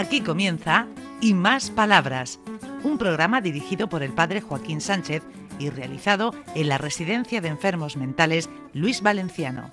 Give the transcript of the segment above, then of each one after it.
Aquí comienza Y Más Palabras, un programa dirigido por el padre Joaquín Sánchez y realizado en la Residencia de Enfermos Mentales Luis Valenciano.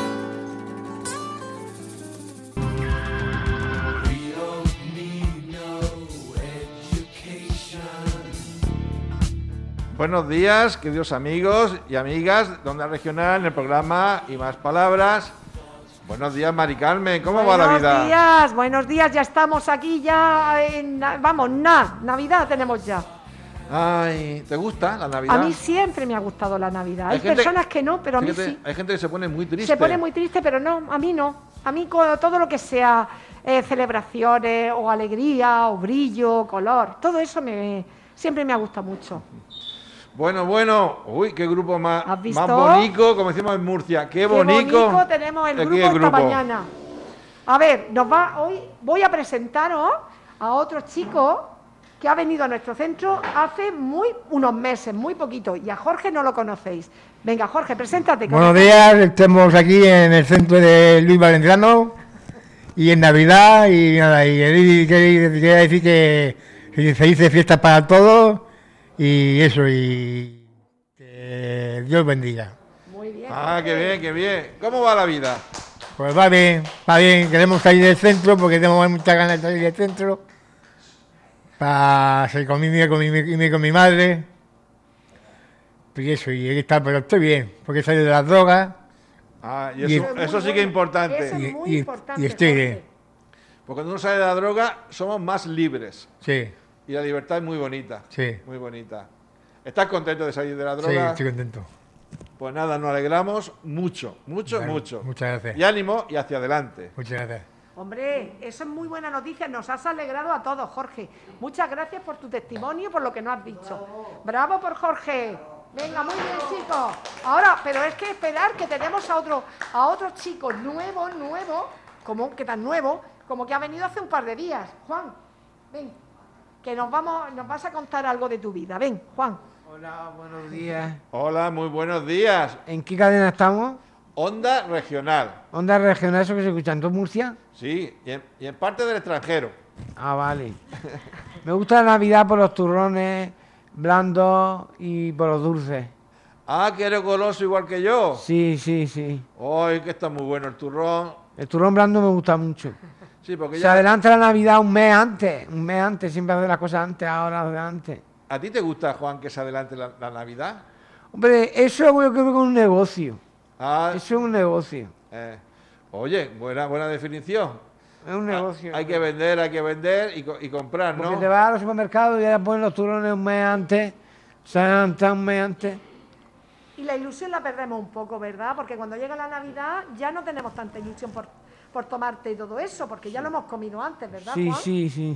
Buenos días, queridos amigos y amigas de Onda Regional, en el programa Y Más Palabras. Buenos días, Mari Carmen, ¿cómo va la vida? Buenos días, ya estamos aquí ya en... Navidad tenemos ya. Ay, ¿te gusta la Navidad? A mí siempre me ha gustado la Navidad. Hay personas que no, pero a mí sí. Hay gente que se pone muy triste. Se pone muy triste, pero no, a mí no. A mí todo lo que sea celebraciones o alegría o brillo, color, todo eso siempre me ha gustado mucho. Bueno, uy, qué grupo más bonito, como decimos en Murcia, qué bonito tenemos el grupo esta mañana. A ver, hoy voy a presentaros a otro chico que ha venido a nuestro centro hace unos meses, muy poquito, y a Jorge no lo conocéis. Venga, Jorge, preséntate. Buenos días, estamos aquí en el centro de Luis Valenciano y en Navidad y nada, y quería decir que felices fiestas para todos. Y eso, y que Dios bendiga. Muy bien. Qué bien. ¿Cómo va la vida? Pues va bien. Queremos salir del centro porque tenemos muchas ganas de salir del centro. Para salir con mi madre. Y eso, pero estoy bien, porque he salido de las drogas. Y eso sí que es importante. Eso es muy importante. Y estoy bien. Porque cuando uno sale de la droga, somos más libres. Sí. Y la libertad es muy bonita. Sí. Muy bonita. ¿Estás contento de salir de la droga? Sí, estoy contento. Pues nada, nos alegramos mucho. Muchas gracias. Y ánimo y hacia adelante. Muchas gracias. Hombre, eso es muy buena noticia. Nos has alegrado a todos, Jorge. Muchas gracias por tu testimonio y por lo que nos has dicho. ¡Bravo por Jorge! Venga, muy bien, chicos. Ahora, pero es que esperar que tenemos a otro chico nuevo, como que tan nuevo, como que ha venido hace un par de días. Juan, ven. Que nos vas a contar algo de tu vida. Ven, Juan. Hola, buenos días. Hola, muy buenos días. ¿En qué cadena estamos? Onda Regional. Onda Regional, ¿eso que se escucha en toda Murcia? Sí, y en parte del extranjero. Ah, vale. Me gusta la Navidad por los turrones blandos y por los dulces. Que eres goloso igual que yo. Sí. Ay, que está muy bueno el turrón. El turrón blando me gusta mucho. Sí, porque se adelanta la Navidad un mes antes, siempre hace las cosas antes, ahora antes. ¿A ti te gusta, Juan, que se adelante la Navidad? Hombre, eso yo creo que es un negocio. Eso es un negocio. Oye, buena definición. Es un negocio. Hay que vender y comprar, ¿no? Porque te vas a los supermercados y ya ponen los turrones un mes antes, se adelantan un mes antes. Y la ilusión la perdemos un poco, ¿verdad? Porque cuando llega la Navidad ya no tenemos tanta ilusión por tomarte y todo eso, porque ya lo hemos comido antes, ¿verdad, Juan? Sí.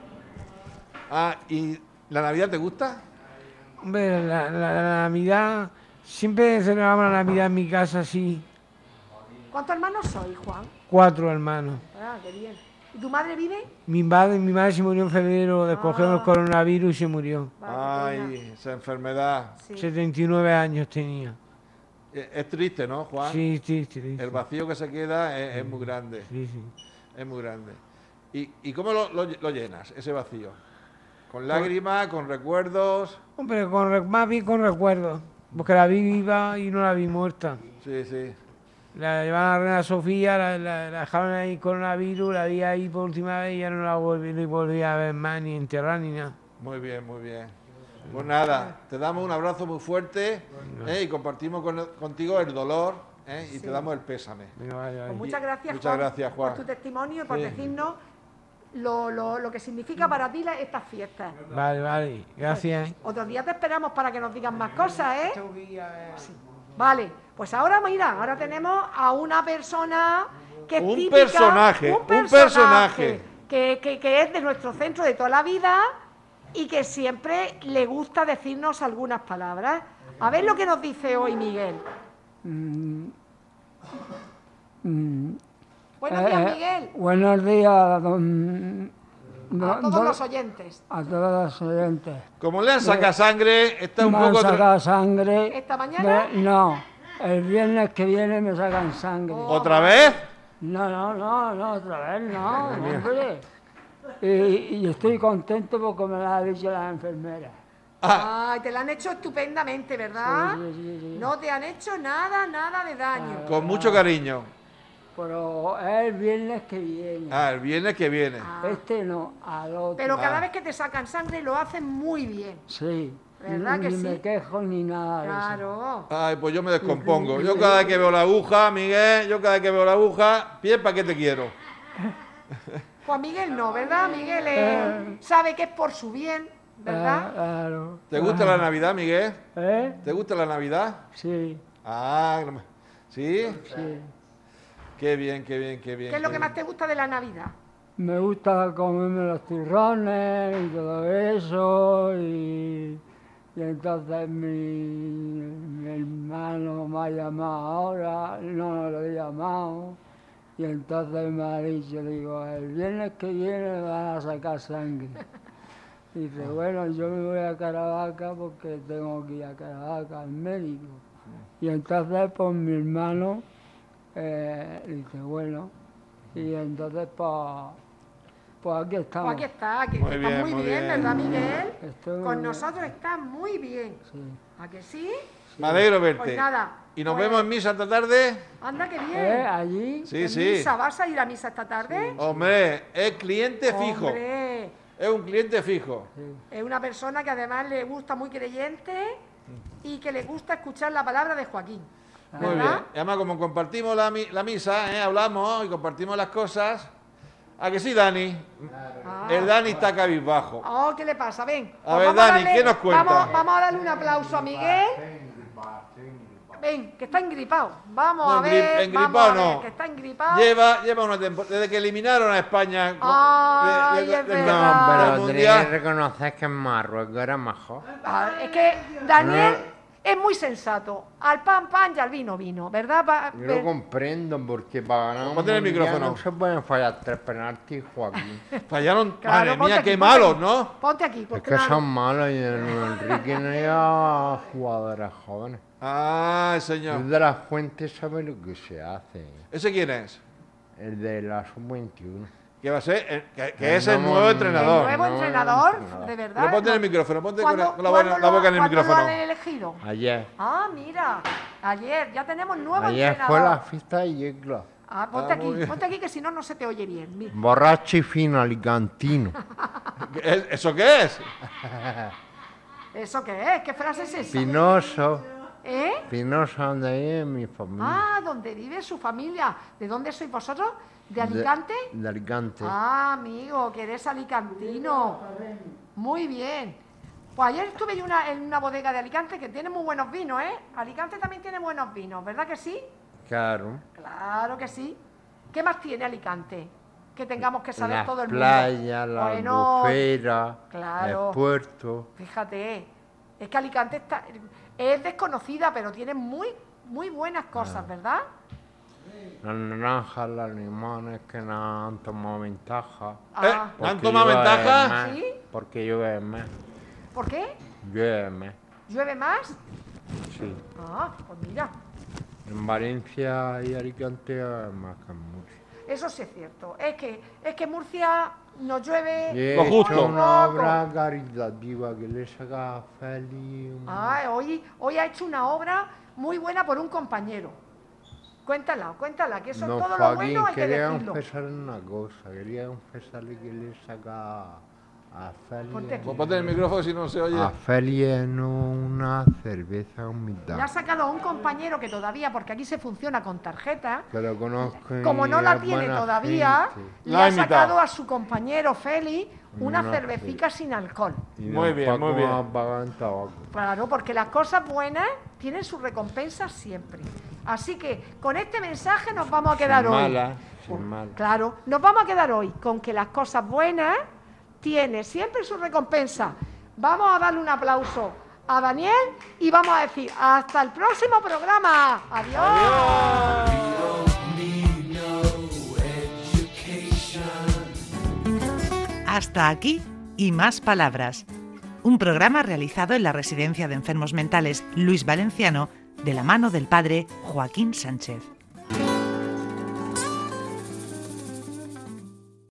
¿Y la Navidad te gusta? Hombre, la Navidad, siempre celebramos la Navidad en mi casa, sí. ¿Cuántos hermanos sois, Juan? 4 hermanos. Qué bien. ¿Y tu madre vive? Mi madre se murió en febrero, le cogió el coronavirus y se murió. Esa enfermedad. Sí. 79 años tenía. Es triste, ¿no, Juan? Sí, triste. El vacío que se queda es muy grande. Sí. Es muy grande. ¿Y cómo lo llenas, ese vacío? ¿Con lágrimas, con recuerdos? Hombre, más bien con recuerdos. Porque la vi viva y no la vi muerta. Sí. La llevaron a la Reina Sofía, la dejaron ahí coronavirus, la vi ahí por última vez y ya no la volví a ver más, ni enterrar ni nada. Muy bien. Pues nada, te damos un abrazo muy fuerte y compartimos contigo el dolor y te damos el pésame. Vale. Pues muchas gracias, Juan, por tu testimonio y por decirnos lo que significa para ti estas fiestas. Vale, gracias. Otro día te esperamos para que nos digan más cosas, ¿eh? Sí. Vale, pues ahora tenemos a una persona que es típica, un personaje que es de nuestro centro de toda la vida y que siempre le gusta decirnos algunas palabras. A ver lo que nos dice hoy Miguel. Buenos días, Miguel. Buenos días, a todos los oyentes. A todos los oyentes. Como le han sacado sangre, está un poco... ¿Me han sacado sangre? ¿Esta mañana? No, el viernes que viene me sacan sangre. ¿Otra vez? No, otra vez no, hombre. Y estoy contento porque me lo ha dicho la enfermera. Ay, te la han hecho estupendamente, ¿verdad? Sí. No te han hecho nada de daño. Con mucho cariño. Pero es el viernes que viene. El viernes que viene. Este no, al otro. Pero cada vez que te sacan sangre lo hacen muy bien. Sí. ¿Verdad que ni sí? me quejo ni nada de eso. Claro. Ay, pues yo me descompongo. Yo cada vez que veo la aguja, Miguel, pie, ¿para qué te quiero? Juan Miguel no, ¿verdad? Miguel sabe que es por su bien, ¿verdad? Claro. ¿Te gusta la Navidad, Miguel? ¿Eh? ¿Te gusta la Navidad? Sí. ¿Sí? Sí. Qué bien, qué bien, qué bien. ¿Qué es lo que más te gusta de la Navidad? Me gusta comerme los turrones y todo eso. Y entonces mi hermano me ha llamado ahora, no lo he llamado. Y entonces me ha dicho, digo, el viernes que viene me van a sacar sangre. Dice, bueno, yo me voy a Caravaca porque tengo que ir a Caravaca al médico. Y entonces, pues mi hermano dice, bueno, y entonces, pues aquí estamos. Pues aquí está, que Muy está bien, muy muy bien, bien. ¿verdad, Miguel? Estoy muy Con bien. nosotros está muy bien. Sí. ¿A que sí? Me alegro verte. Pues nada. ¿Y nos pues, vemos en misa esta tarde? Anda, que bien. Allí. Sí, ¿En sí. misa? ¿Vas a ir a misa esta tarde? Hombre, es cliente fijo. Hombre, Es un cliente fijo. es una persona que además le gusta muy creyente y que le gusta escuchar la palabra de Joaquín. Muy bien. ¿Verdad? Y además, como compartimos la misa, hablamos y compartimos las cosas. ¿A que sí, Dani? Ah. El Dani está cabizbajo. Oh, ¿qué le pasa? Ven. A pues ver, vamos Dani, ¿qué nos cuenta? Vamos a darle un aplauso a Miguel. Ven, que está engripado. Vamos No, a ver. engripado vamos a ver, no. que está engripado. Lleva una temporada. Desde que eliminaron a España Ay, es del verdad. No, pero mundial. tenía que reconocer que en Marruecos era mejor. Ah, es que Daniel es muy sensato. Al pan, y al vino, ¿verdad? Yo lo comprendo porque para ganar un Ponte el mundial micrófono. no se pueden fallar 3 penaltis, Joaquín. Fallaron. Claro, Madre ponte mía, aquí, qué ponte malos, aquí. ¿no? Ponte aquí, Es porque que son malos y en Enrique no hay jugadores jóvenes. Ay, señor. El de la Fuente sabe lo que se hace. ¿Ese quién es? El de la Sub-21. Que va a ser, que El es el nuevo- nuevo el entrenador. nuevo No, entrenador, no. de verdad. Pero ponte no. el micrófono, ponte ¿Cuándo- con la cuándo boca en el ¿cuándo lo micrófono. han elegido? Ayer. Ah, mira, ayer ya tenemos nuevo Ayer entrenador. fue la fiesta de Yegla. Ah, ponte muy aquí, bien. ponte aquí que si no, no se te oye bien. Mira. Borracho y fino, alicantino. ¿Eso qué es? ¿Eso qué es? ¿Qué frase es esa? Pinoso. ¿Eh? Pinoso, donde vive mi familia. Ah, ¿dónde vive su familia? ¿De dónde sois vosotros? ¿De Alicante? De Alicante. Ah, amigo, que eres alicantino. Muy bien. Pues ayer estuve yo en una bodega de Alicante que tiene muy buenos vinos, ¿eh? Alicante también tiene buenos vinos, ¿verdad que sí? Claro. Claro que sí. ¿Qué más tiene Alicante? Que tengamos que saber Las todo el mundo. playas, la Bueno, albufera, claro. el puerto. Fíjate, es que Alicante es desconocida, pero tiene muy, muy buenas cosas, ¿verdad? Las naranjas, los limones que nos han tomado ventaja. Ah, ¿Me han Porque tomado llueve ventaja? más, ¿Sí? Porque llueve más. ¿por qué? Llueve más, ¿Llueve más? sí. Ah, pues mira, En Valencia y Alicante llueve más que en Murcia. eso sí es cierto. Es que Murcia no llueve. Y he Lo justo. hecho una Poco. obra caritativa que le saca a Feli. Ah, hoy ha hecho una obra muy buena por un compañero. Cuéntala, que eso No, es todo lo Joaquín, bueno, hay que quería decirlo. confesar una cosa. Quería confesarle que le saca a Feli. Ponte aquí. Pues ponte el micrófono si no se oye. A Feli en una cerveza Le ha humildad. sacado a un compañero que todavía, porque aquí se funciona con tarjeta, Que lo conozco. y como no la es tiene buena todavía, gente. le La ha ha imitado. sacado a su compañero Feli una Una cervecica sin alcohol. Y Muy bien, tampoco muy bien. ha pagado en tabaco. Claro, porque las cosas buenas tienen sus recompensas siempre. Así que con este mensaje nos vamos a quedar Sin hoy. mala, sin mala. Claro, nos vamos a quedar hoy con que las cosas buenas tienen siempre su recompensa. Vamos a darle un aplauso a Daniel y vamos a decir hasta el próximo programa. Adiós. Hasta aquí y más palabras. Un programa realizado en la Residencia de Enfermos Mentales Luis Valenciano de la mano del padre Joaquín Sánchez.